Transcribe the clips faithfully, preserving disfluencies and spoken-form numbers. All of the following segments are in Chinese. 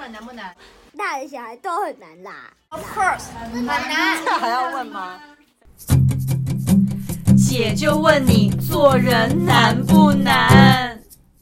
们难不难？ 大人小孩都很难啦。 Of course， 很难。 这还要问吗？ 姐就问你，做人难不难？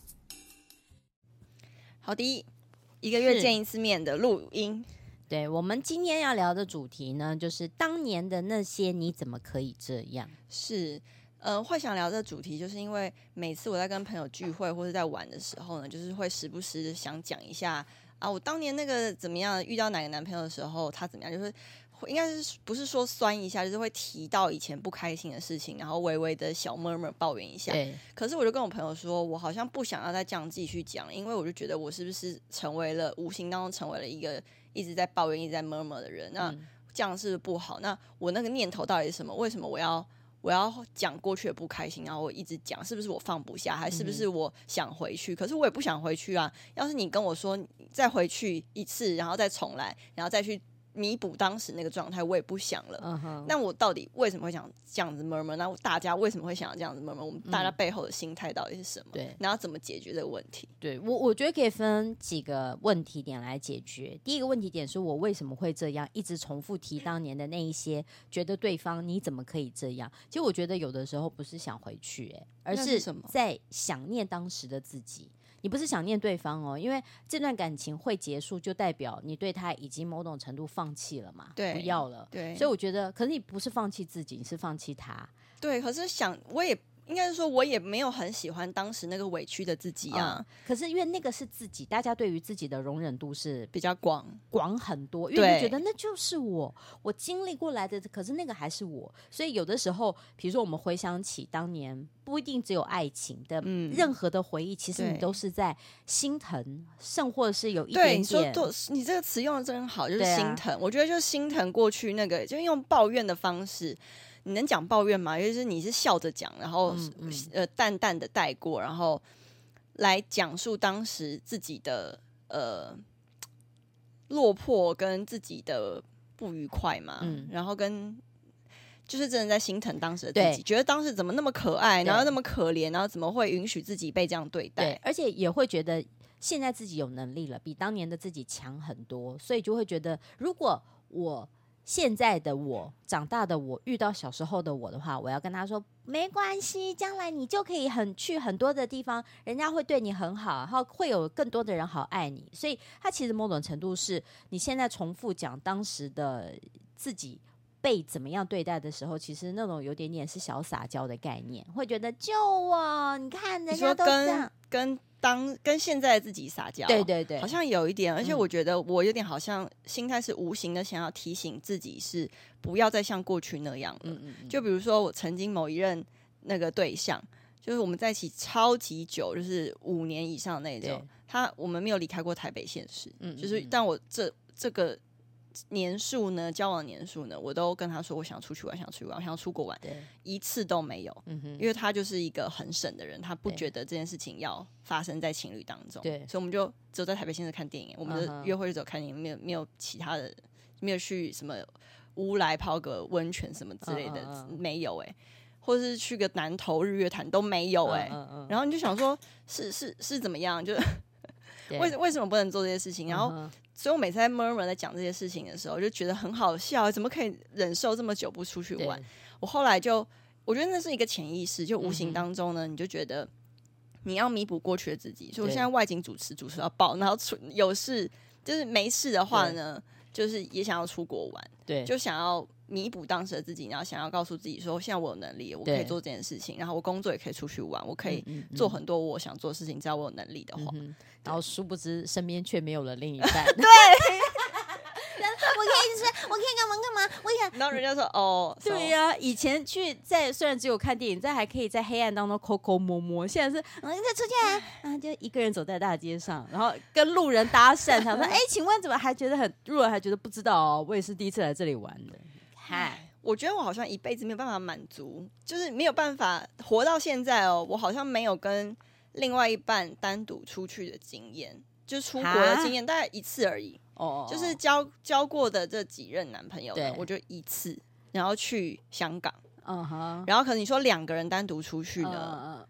好的，一个月见一次面的录音。 对，我们今天要聊的主题呢，就是当年的那些你怎么可以这样？ 是，呃，会想聊这个主题，就是因为每次我在跟朋友聚会或者在玩的时候呢，就是会时不时想讲一下啊，我当年那个怎么样，遇到哪个男朋友的时候，他怎么样，就是应该是不是说酸一下，就是会提到以前不开心的事情，然后微微的小 murmur 抱怨一下。 对。 可是我就跟我朋友说，我好像不想要再这样继续讲，因为我就觉得我是不是成为了无形当中成为了一个一直在抱怨、一直在 murmur 的人？那这样是不是不好？那我那个念头到底是什么？为什么我要我要讲过去的不开心，然后我一直讲，是不是我放不下，还是不是我想回去？可是我也不想回去啊！要是你跟我说再回去一次，然后再重来，然后再去弥补当时那个状态，我也不想了。Uh-huh. 那我到底为什么会想这样子 murmur？ 那大家为什么会想要这样子 murmur？ 我们大家背后的心态到底是什么？对、嗯，然后怎么解决这个问题？ 对我，我觉得可以分几个问题点来解决。第一个问题点是我为什么会这样，一直重复提当年的那一些，觉得对方你怎么可以这样？其实我觉得有的时候不是想回去、欸，而是在想念当时的自己。你不是想念对方哦，因为这段感情会结束，就代表你对他已经某种程度放弃了嘛， 对， 不要了。 对， 所以我觉得，可是你不是放弃自己，你是放弃他。 对，可是想我也应该是说，我也没有很喜欢当时那个委屈的自己啊。 嗯、可是因为那个是自己，大家对于自己的容忍度是比较广广很多，因为你觉得那就是我，我经历过来的，可是那个还是我。所以有的时候，比如说我们回想起当年。不一定只有爱情的、嗯、任何的回忆，其实你都是在心疼，甚或是有一点点。 对，你说你这个词用的真好，就是心疼、啊。我觉得就是心疼过去那个，就用抱怨的方式。你能讲抱怨吗？就是你是笑着讲，然后、嗯嗯、呃淡淡的带过，然后来讲述当时自己的呃落魄跟自己的不愉快嘛，嗯、然后跟。就是真的在心疼当时的自己，觉得当时怎么那么可爱，然后那么可怜，然后怎么会允许自己被这样对待？ 对，而且也会觉得现在自己有能力了，比当年的自己强很多，所以就会觉得，如果我现在的我、长大的我遇到小时候的我的话，我要跟他说没关系，将来你就可以很去很多的地方，人家会对你很好，然后会有更多的人好爱你。所以他其实某种程度是你现在重复讲当时的自己。被怎么样对待的时候，其实那种有点点是小撒娇的概念，会觉得救我，你看人家都这样， 跟当跟现在的自己撒娇， 对对对， 好像有一点，而且我觉得我有点好像心态是无形的，想要提醒自己是不要再像过去那样了。嗯嗯嗯，就比如说我曾经某一任那个对象，就是我们在一起超级久，就是五年以上那种，他我们没有离开过台北县市，嗯嗯嗯，就是但我这这个。年数呢，交往年数呢，我都跟他说我想出去玩，想出去玩，我想要出国玩，一次都没有、嗯，因为他就是一个很省的人，他不觉得这件事情要发生在情侣当中，对，所以我们就只有在台北县市看电影，我们的约会就只有看电影，没有没有其他的，没有去什么乌来泡个温泉什么之类的，嗯嗯嗯没有哎、欸，或者是去个南投日月潭都没有哎、欸嗯嗯嗯，然后你就想说是是是怎么样，就为为什么不能做这些事情，然后。嗯所以我每次在 murmur 在讲这些事情的时候，就觉得很好笑，怎么可以忍受这么久不出去玩？我后来就，我觉得那是一个潜意识，就无形当中呢，嗯、你就觉得你要弥补过去的自己。所以我现在外景主持，主持到爆，然后出有事就是没事的话呢，就是也想要出国玩，对，就想要弥补当时的自己，然后想要告诉自己说，现在我有能力，我可以做这件事情，然后我工作也可以出去玩，我可以做很多我想做的事情，只要我有能力的话。嗯然后殊不知身边却没有了另一半。 对， 我可以说，我可以干嘛干嘛，我可以。 然后人家说哦， 对呀、啊，以前去在虽然只有看电影，但还可以在黑暗当中抠抠摸摸，现在是嗯，再出去啊，啊，就一个人走在大街上，然后跟路人搭讪，他说哎，请问怎么还觉得很路人还觉得不知道哦，我也是第一次来这里玩的。 嗨，我觉得我好像一辈子没有办法满足，就是没有办法活到现在哦，我好像没有跟。另外一半单独出去的经验，就出国的经验大概一次而已。哦，就是交交过的这几任男朋友呢，我就一次，然后去香港。嗯哼，然后可能你说两个人单独出去呢，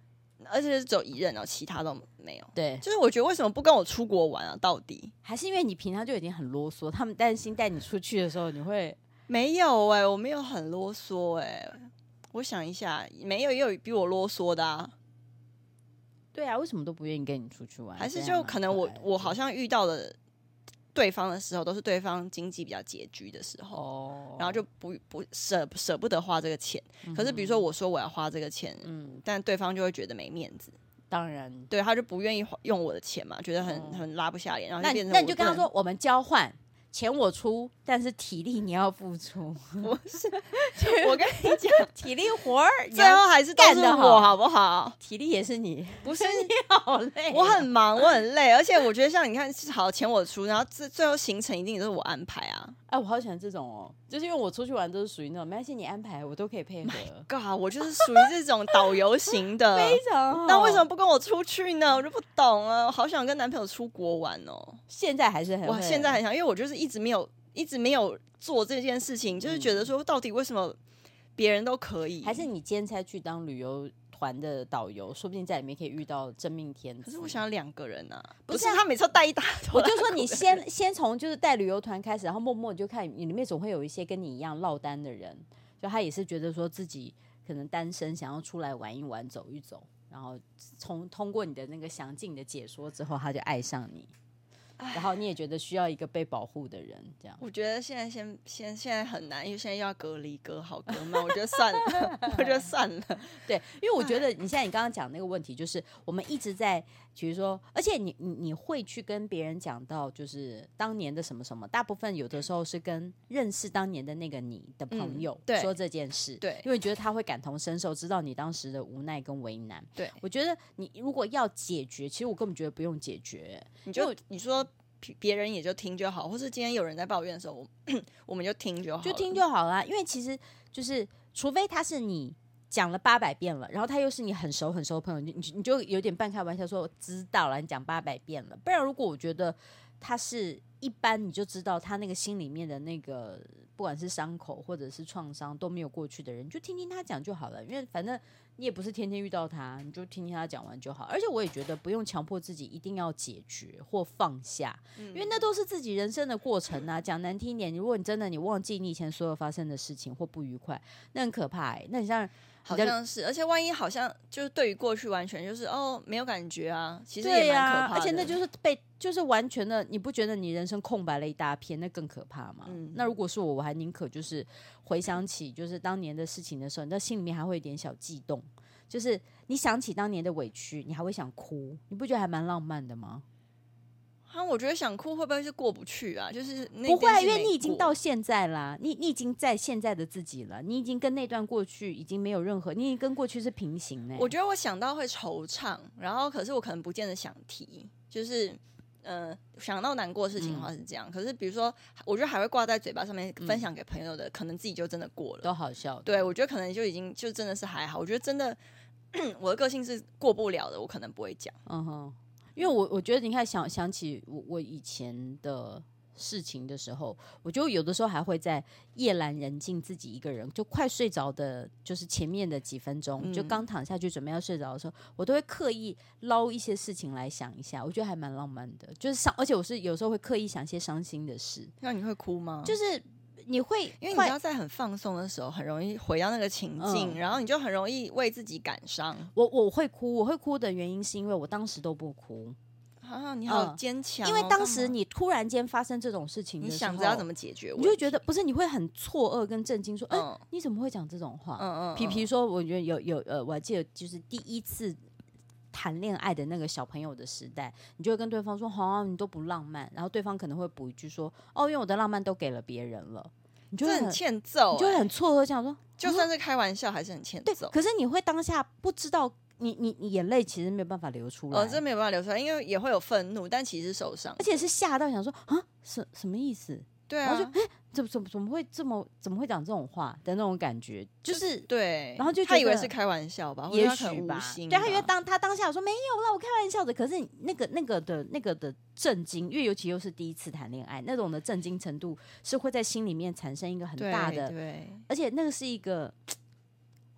而且是只有一任哦，其他都没有。 对， 就是我觉得为什么不跟我出国玩啊？到底还是因为你平常就已经很啰嗦，他们担心带你出去的时候你会没有哎、欸，我没有很啰嗦哎、欸。我想一下，没有也有比我啰嗦的啊。 对啊，为什么都不愿意跟你出去玩？ 还是就可能我我好像遇到的对方的时候，都是对方经济比较拮据的时候，哦、然后就不不舍舍不得花这个钱。嗯、可是比如说我说我要花这个钱，嗯，但对方就会觉得没面子。 当然， 对，他就不愿意用我的钱嘛，觉得很、哦、很拉不下脸，然后就变成那那你就跟他说，我们交换。钱我出，但是体力你要付出。 不是，我跟你讲， 体力活儿最后还是都是我，好不好？ 体力也是你， 不是你好累、啊。 我很忙，我很累，而且我觉得像你看，好钱我出，然后最最后行程一定都是我安排啊。 哎、啊，我好喜欢这种哦，就是因为我出去玩都是属于那种没关系，你安排我都可以配合。 My God， 我就是属于这种导游型的， 非常好。 那为什么不跟我出去呢？我就不懂啊，我好想跟男朋友出国玩哦。 现在还是很， 我现在很想，因为我就是一直没有。一直没有做这件事情，就是觉得说，到底为什么别人都可以？ 还是你兼差去当旅游团的导游，说不定在里面可以遇到真命天子。 可是我想要两个人啊， 不是、 啊、他每次都带一大团。 我就说你先先从就是带旅游团开始，然后默默你就看你里面总会有一些跟你一样落单的人，就他也是觉得说自己可能单身，想要出来玩一玩、走一走，然后从通过你的那个详尽的解说之后，他就爱上你。然后你也觉得需要一个被保护的人，这样。 我觉得现在先先现在很难，因为现在又要隔离隔好隔满，我觉得算了，我觉得算了。 对，因为我觉得你现在你刚刚讲那个问题，就是我们一直在，比如说，而且你你你会去跟别人讲到，就是当年的什么什么，大部分有的时候是跟认识当年的那个你的朋友、嗯、说这件事， 对， 因为觉得他会感同身受，知道你当时的无奈跟为难。 对， 我觉得你如果要解决，其实我根本觉得不用解决， 你就你说。别人也就听就好，或是今天有人在抱怨的时候，我, 我们就听就好了， 就听就好了。因为其实就是，除非他是你讲了八百遍了，然后他又是你很熟很熟的朋友，你你就有点半开玩笑说我知道了，你讲八百遍了。不然如果我觉得他是一般，你就知道他那个心里面的那个不管是伤口或者是创伤都没有过去的人，你就听听他讲就好了。因为反正你也不是天天遇到他，你就听听他讲完就好。而且我也觉得不用强迫自己一定要解决或放下、嗯、因为那都是自己人生的过程啊。讲难听一点，如果你真的你忘记你以前所有发生的事情或不愉快，那很可怕、欸、那你像好像是，而且万一好像就是对于过去完全就是哦没有感觉啊，其实也蛮可怕的、啊、 而且那就是被就是完全的，你不觉得你人生空白了一大片，那更可怕吗？嗯、那如果是我，我还宁可就是回想起就是当年的事情的时候，你在心里面还会有点小悸动，就是你想起当年的委屈，你还会想哭，你不觉得还蛮浪漫的吗？ 啊，我觉得想哭会不会是过不去啊？就是那不会，因为你已经到现在啦，你你已经在现在的自己了，你已经跟那段过去已经没有任何，你已经跟过去是平行的、欸。 我觉得我想到会惆怅，然后可是我可能不见得想提，就是呃想到难过的事情的话是这样、嗯。可是比如说，我觉得还会挂在嘴巴上面分享给朋友的，嗯、可能自己就真的过了， 都好笑。 对，我觉得可能就已经就真的是还好。我觉得真的我的个性是过不了的，我可能不会讲。 嗯哼。因为我我觉得你看想想起我我以前的事情的时候，我就有的时候还会在夜阑人静自己一个人就快睡着的，就是前面的几分钟、嗯、就刚躺下去准备要睡着的时候，我都会刻意捞一些事情来想一下，我觉得还蛮浪漫的，就是伤，而且我是有时候会刻意想一些伤心的事。 那你会哭吗？ 就是你会， 因为你知道在很放松的时候很容易回到那个情境、嗯、然后你就很容易为自己感伤。 我我会哭，我会哭的原因是因为我当时都不哭啊，你好坚强、哦嗯！ 因为当时你突然间发生这种事情的时候， 你想着要怎么解决， 你就会觉得不是，你会很错愕跟震惊，说：“哎、嗯欸，你怎么会讲这种话？”嗯嗯，比比如说，我觉得有有呃，我还记得就是第一次谈恋爱的那个小朋友的时代，你就会跟对方说：“好、啊，你都不浪漫。”然后对方可能会补一句说：“哦，因为我的浪漫都给了别人了。”你就会 很, 很欠揍、欸， 你就会很错愕，想说， 就算是开玩笑，还是很欠揍。 可是你会当下不知道。你你你眼泪其实没有办法流出来， 哦，真没有办法流出来，因为也会有愤怒，但其实受伤， 而且是吓到想说啊，什什么意思？ 对啊， 然后就哎，怎么怎么怎么会这么怎么会讲这种话的那种感觉，就是就对， 然后就觉得他以为是开玩笑吧， 也许吧， 对， 他以为当他当下说没有啦，我开玩笑的，可是那个那个的那个的震惊，因为尤其又是第一次谈恋爱，那种的震惊程度是会在心里面产生一个很大的， 对，对， 而且那个是一个。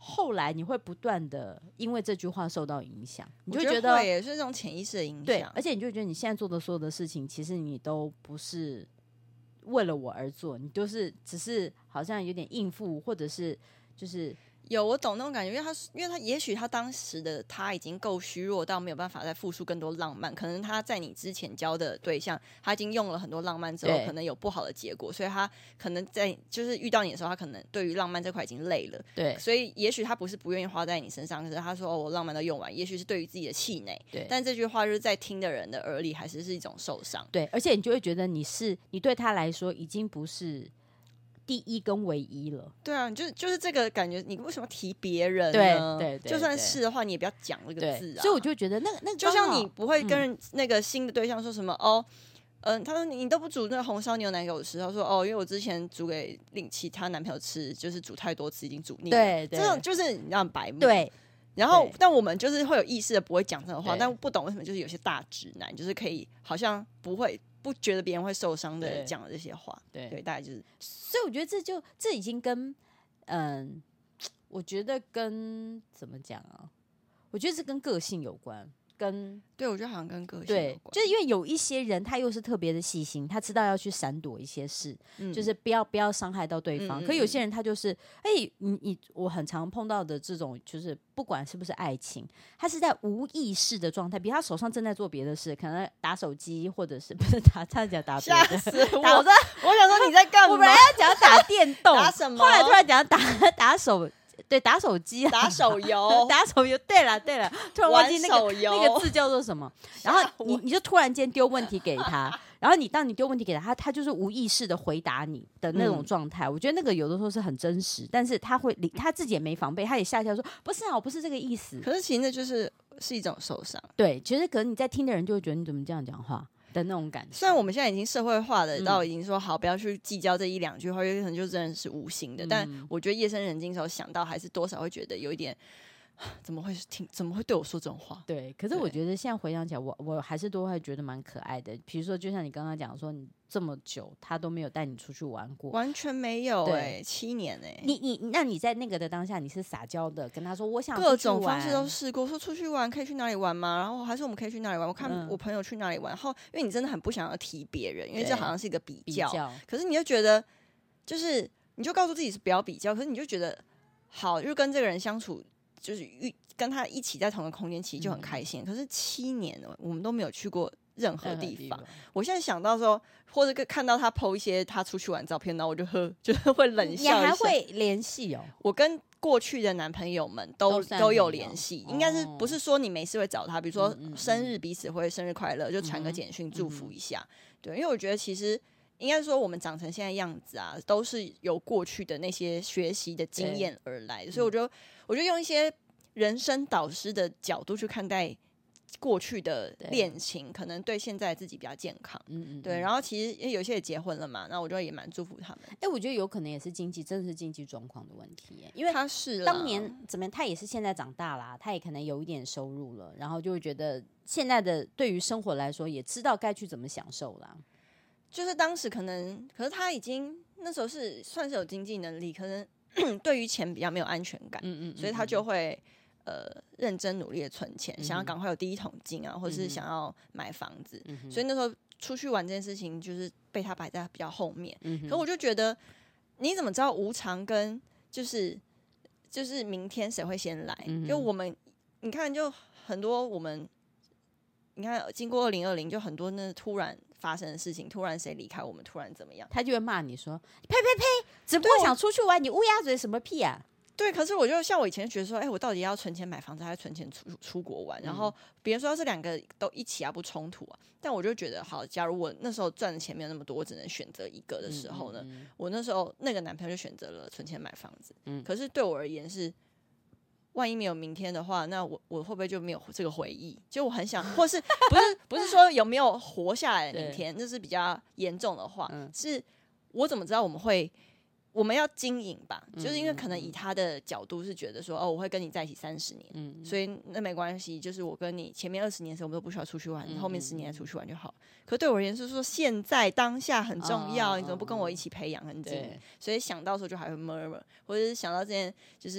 后来你会不断的因为这句话受到影响，你就觉觉得会耶，是这种潜意识的影响。 对，而且你就觉得你现在做的所有的事情，其实你都不是为了我而做，你就是只是好像有点应付，或者是就是有我懂那种感觉，因为他因为他也许他当时的他已经够虚弱到没有办法再付出更多浪漫，可能他在你之前交的对象他已经用了很多浪漫之后，可能有不好的结果，所以他可能在就是遇到你的时候，他可能对于浪漫这块已经累了， 对， 所以也许他不是不愿意花在你身上，可是他说、哦、我浪漫都用完，也许是对于自己的气馁， 对， 但这句话就是在听的人的耳里还是是一种受伤， 对，而且你就会觉得你是你对他来说已经不是第一跟唯一了， 对啊，就就是这个感觉，你为什么提别人呢？ 对对对， 就算是的话，你也不要讲那个字啊。 所以我就觉得那那就像你不会跟那个新的对象说什么、嗯、哦，嗯、呃，他说你都不煮那个红烧牛奶给我吃，他说哦，因为我之前煮给另其他男朋友吃，就是煮太多次已经煮腻了， 对对， 这种就是你让白目， 对。 然后，但我们就是会有意识的不会讲这种话，但不懂为什么就是有些大直男就是可以好像不会不觉得别人会受伤的讲的这些话，对对，大概就是。 所以我觉得这就这已经跟嗯，我觉得跟怎么讲啊？我觉得是跟个性有关。跟对我觉得好像跟个性有关， 就是因为有一些人他又是特别的细心，他知道要去闪躲一些事，嗯、就是不要不要伤害到对方。嗯、可有些人他就是哎、欸，你你我很常碰到的这种，就是不管是不是爱情，他是在无意识的状态，比如他手上正在做别的事，可能打手机，或者是不是打差点讲打别的， 吓死我！ 我说我想说你在干嘛？ 我本来要讲打电动， 打什么？ 后来突然讲打打手。对，打手机、啊， 打手游， 打手游。对了，对了，突然忘记那个那个字叫做什么。然后你你就突然间丢问题给他，然后你当你丢问题给他，他他就是无意识的回答你的那种状态。嗯、我觉得那个有的时候是很真实，但是他会他自己也没防备，他也吓一跳说不是啊，我不是这个意思。 可是其实那就是是一种受伤。 对，其实可能你在听的人就会觉得你怎么这样讲话。的那种感觉， 虽然我们现在已经社会化的到已经说好不要去计较这一两句话，因为可能就真的是无心的。嗯、但我觉得夜深人静的时候想到，还是多少会觉得有一点，怎么会听？怎么会对我说这种话？ 对，可是我觉得现在回想起来，我我还是都会觉得蛮可爱的。比如说，就像你刚刚讲说，你这么久他都没有带你出去玩过， 完全没有哎、欸，七年哎、欸。 你你那你在那个的当下，你是撒娇的跟他说，我想各种方式都试过，说出去玩可以去哪里玩吗？然后还是我们可以去哪里玩？我看我朋友去哪里玩，然后因为你真的很不想要提别人，因为这好像是一个比较， 比较可是你就觉得就是你就告诉自己是不要比较，可是你就觉得好，就跟这个人相处，就是跟他一起在同一个空间，其实就很开心。嗯、可是七年了，我们都没有去过任何地方。地方我现在想到说，或者看到他 po 一些他出去玩照片，然后我就呵，就是会冷笑一下。 你还会联系哦？ 我跟过去的男朋友们都都, 都有联系，应该是不是说你没事会找他？比如说生日，彼此会生日快乐，就传个简讯祝福一下。嗯、对，因为我觉得其实应该说我们长成现在样子啊，都是由过去的那些学习的经验而来的，所以我就我就用一些人生导师的角度去看待过去的恋情，可能对现在自己比较健康。嗯嗯，对。然后其实因为有些也结婚了嘛，那我就也蛮祝福他们。 哎、欸，我觉得有可能也是经济，真的是经济状况的问题，因为他是当年怎么样，他也是现在长大啦，他也可能有一点收入了，然后就会觉得现在的对于生活来说，也知道该去怎么享受啦。 就是当时可能，可是他已经那时候是算是有经济能力，可能对于钱比较没有安全感，嗯 嗯, 嗯, 嗯，所以他就会。呃，认真努力的存钱，嗯、想要赶快有第一桶金啊，或是想要买房子，嗯、所以那时候出去玩这件事情，就是被他摆在比较后面。嗯、可我就觉得，你怎么知道无常跟就是就是明天谁会先来？嗯、就我们你看，就很多我们你看，经过二零二零，就很多那突然发生的事情，突然谁离开我们，突然怎么样， 他就会骂你说：“呸呸呸，只不过想出去玩，你乌鸦嘴什么屁啊！” 对，可是我就像我以前觉得说，哎、欸，我到底要存钱买房子，还是存钱出出国玩？嗯、然后别人说这两个都一起啊，不冲突啊。但我就觉得，好，假如我那时候赚的钱没有那么多，我只能选择一个的时候呢，嗯嗯嗯我那时候那个男朋友就选择了存钱买房子。嗯、可是对我而言是，万一没有明天的话，那我我会不会就没有这个回忆？就我很想，或是不是不是说有没有活下来的明天，那是比较严重的话，嗯、是我怎么知道我们会？我们要经营吧，就是因为可能以他的角度是觉得说，哦，我会跟你在一起三十年，嗯、所以那没关系，就是我跟你前面二十年的时候我们都不需要出去玩，嗯、后面十年再出去玩就好。可对我而言是说，现在当下很重要，哦、你怎么不跟我一起培养很紧密？所以想到的时候就还会 murmur， 或者是想到这件就是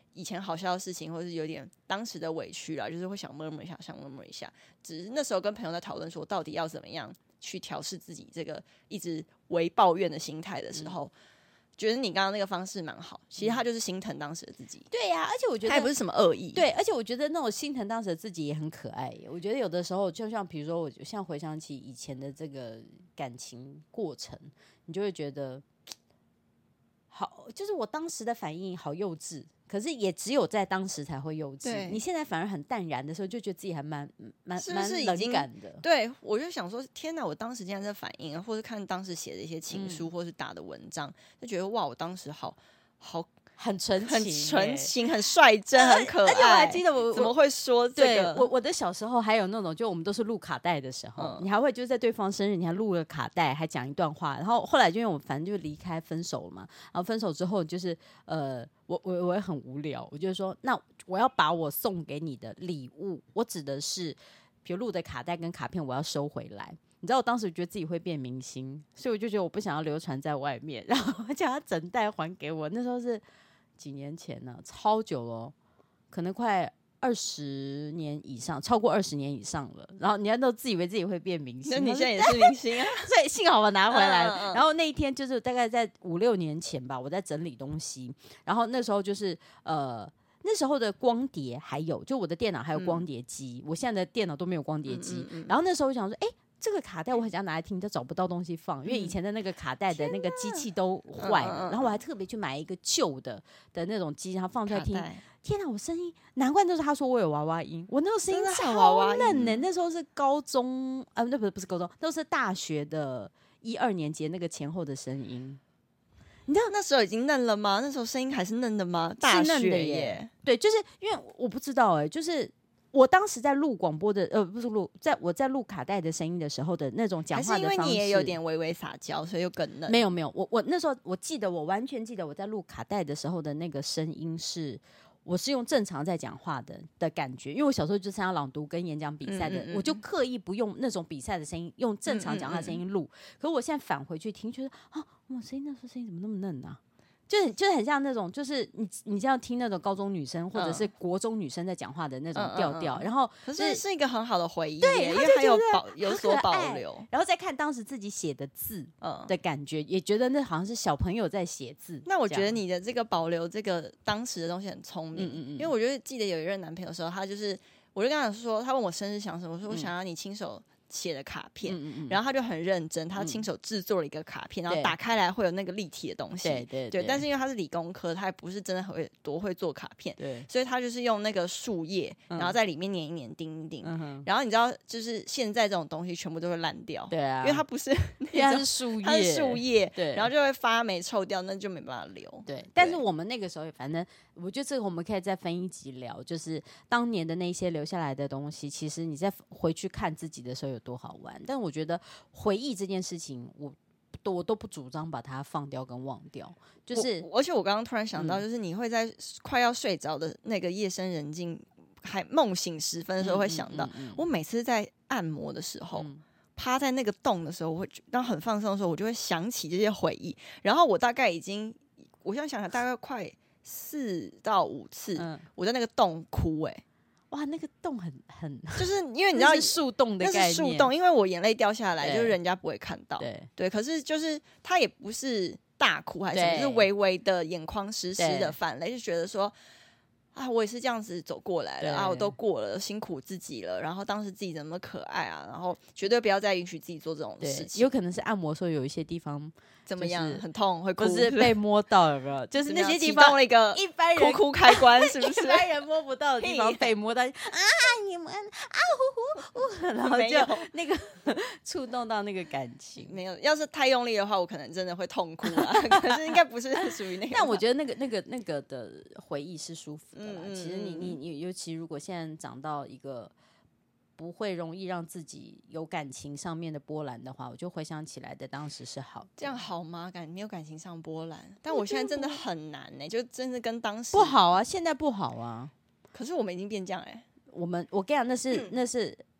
以前好笑的事情，或是有点当时的委屈啦，就是会想 murmur 一下，想 murmur 一下。只是那时候跟朋友在讨论说，到底要怎么样去调试自己这个一直为抱怨的心态的时候。嗯，觉得你刚刚那个方式蛮好，其实他就是心疼当时的自己。 对呀、啊，而且我觉得他也不是什么恶意。 对，而且我觉得那种心疼当时的自己也很可爱耶。我觉得有的时候，就像比如说，我像回想起以前的这个感情过程，你就会觉得好，就是我当时的反应好幼稚。可是也只有在当时才会幼稚，你现在反而很淡然的时候，就觉得自己还蛮蛮蛮冷感的。 对，我就想说，天哪！我当时竟然在反应，或是看当时写的一些情书，嗯、或是打的文章，就觉得哇，我当时好好很纯情、 很纯情、很率真、很可爱。而且我还记得我怎么会说这个？ 我我的小时候还有那种，就我们都是录卡带的时候，嗯、你还会就是在对方生日，你还录了卡带，还讲一段话。然后后来就因为我们反正就离开分手了嘛，然后分手之后就是呃。我我我也很无聊，我就说，那我要把我送给你的礼物，我指的是，比如录的卡带跟卡片，我要收回来。你知道，我当时觉得自己会变明星，所以我就觉得我不想要流传在外面，然后我叫他整袋还给我。那时候是几年前呢、啊，超久了、哦，可能快二十年以上，超过二十年以上了。然后你都自以为自己会变明星， 那你现在也是明星啊？ 所以幸好我拿回来了。嗯嗯嗯然后那一天就是大概在五六年前吧，我在整理东西，然后那时候就是呃。那时候的光碟还有，就我的电脑还有光碟机、嗯，我现在的电脑都没有光碟机。嗯嗯嗯然后那时候我想说，哎、欸，这个卡带我很想拿来听，就找不到东西放，因为以前的那个卡带的那个机器都坏了、嗯。然后我还特别去买一个旧的的那种机，然后放出来听。天哪，我声音难怪那时候他说我有娃娃音，我那个声音超嫩呢、欸。那时候是高中啊，那不是不是高中，那是大学的一二年级那个前后的声音。 你知道那时候已经嫩了吗？那时候声音还是嫩的吗？大学嫩的耶，对，就是因为我不知道哎、欸，就是我当时在录广播的，呃，不是录，在我在录卡带的声音的时候的那种讲话的方式，还是因为你也有点微微撒娇，所以又更嫩。 没有没有，我我那时候我记得，我完全记得我在录卡带的时候的那个声音是。我是用正常在讲话的的感觉，因为我小时候就参加朗读跟演讲比赛的、嗯嗯嗯，我就刻意不用那种比赛的声音，用正常讲话的声音录、嗯嗯嗯。可是我现在返回去听，觉得啊，我声音那时候声音怎么那么嫩啊？就是就是很像那种，就是你你这样听那种高中女生或者是国中女生在讲话的那种调调、嗯嗯嗯，然后、 就是、可是是一个很好的回忆， 对， 因为还有保有所保留， 然后再看当时自己写的字的感觉、嗯，也觉得那好像是小朋友在写字。 那我觉得你的这个保留这个当时的东西很聪明，嗯嗯嗯，因为我觉得记得有一任男朋友的时候，他就是我就跟他说，他问我生日想什么，我说我想要你亲手。写的卡片、嗯嗯嗯，然后他就很认真，他亲手制作了一个卡片、嗯，然后打开来会有那个立体的东西， 对对对, 对。但是因为他是理工科，他也不是真的很会多会做卡片， 对， 所以他就是用那个树叶，然后在里面粘一粘、钉一钉、嗯。然后你知道，就是现在这种东西全部都会烂掉， 对啊， 因为它不是， 因为它是树叶， 它是树叶， 对， 然后就会发霉臭掉，那就没办法留。 对，对但是我们那个时候，反正我觉得这个我们可以再分一集聊，就是当年的那些留下来的东西，其实你再回去看自己的时候有多好玩，但我觉得回忆这件事情，我都我都不主张把它放掉跟忘掉。就是而且我刚刚突然想到，就是你会在快要睡着的那个夜深人静、还梦醒时分的时候，会想到、嗯嗯嗯嗯、我每次在按摩的时候。嗯趴在那个洞的时候，我会当很放松的时候，我就会想起这些回忆。然后我大概已经，我现在想想，大概快四到五次，嗯、我在那个洞哭、欸，哎。 哇，那个洞很很， 就是因为你知道是树洞的概念， 那是树洞，因为我眼泪掉下来，就是人家不会看到， 对对。可是就是它也不是大哭还是什么，就是微微的眼眶湿湿的泛泪，就觉得说啊，我也是这样子走过来了啊，我都过了，辛苦自己了。然后当时自己怎么可爱啊，然后绝对不要再允许自己做这种事情。 有可能是按摩的时候有一些地方。 怎么样？很痛，会哭， 不是被摸到有没有？就是那些地方了一个一般人哭哭开关，是不是？ 一般人摸不到的地方被摸到啊！你们啊呼呼呼，然后就那个触动到那个感情。 没有，要是太用力的话，我可能真的会痛哭啊。可是应该不是属于那个。 但我觉得那个那个那个的回忆是舒服的啦。嗯、其实你你你，尤其如果现在长到一个。不会容易让自己有感情上面的波澜的话，我就回想起来的当时是好的。 这样好吗？感没有感情上波澜，但我现在真的很难呢、欸，就真的跟当时不好啊，现在不好啊。 可是我们已经变这样哎、欸， 我们我跟你讲，那是、嗯、那是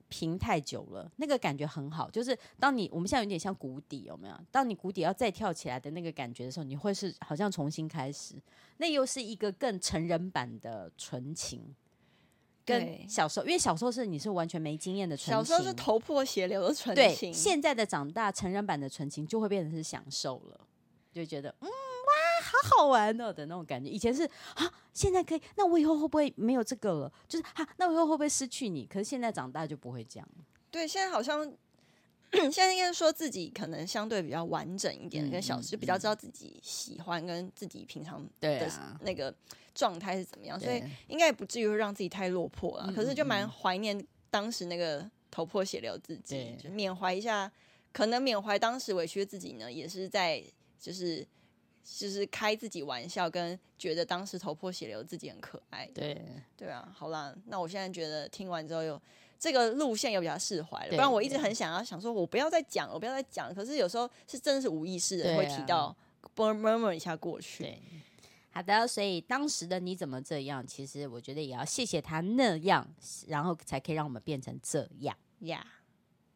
平太久了，那个感觉很好。就是当你我们现在有点像谷底，有没有？当你谷底要再跳起来的那个感觉的时候，你会是好像重新开始，那又是一个更成人版的纯情。跟小时候，因为小时候是你是完全没经验的纯情， 小时候是头破血流的纯情。 对，现在的长大成人版的纯情就会变成是享受了，就觉得嗯哇好好玩哦的那种感觉。以前是啊，现在可以，那我以后会不会没有这个了？就是哈、啊，那我以后会不会失去你？可是现在长大就不会这样。 对，现在好像现在应该说自己可能相对比较完整一点，嗯、跟小时就比较知道自己喜欢跟自己平常的那个状态是怎么样，所以应该也不至于让自己太落魄了。可是就蛮怀念当时那个头破血流自己，就缅怀一下，可能缅怀当时委屈的自己呢，也是在就是就是开自己玩笑，跟觉得当时头破血流自己很可爱。 对对啊，好啦，那我现在觉得听完之后有。这个路线又比较释怀了，不然我一直很想要想说，我不要再讲，我不要再讲。可是有时候是真的是无意识的会提到 murmur 一下过去。 对，好的，所以当时的你怎么这样？其实我觉得也要谢谢他那样，然后才可以让我们变成这样呀。Yeah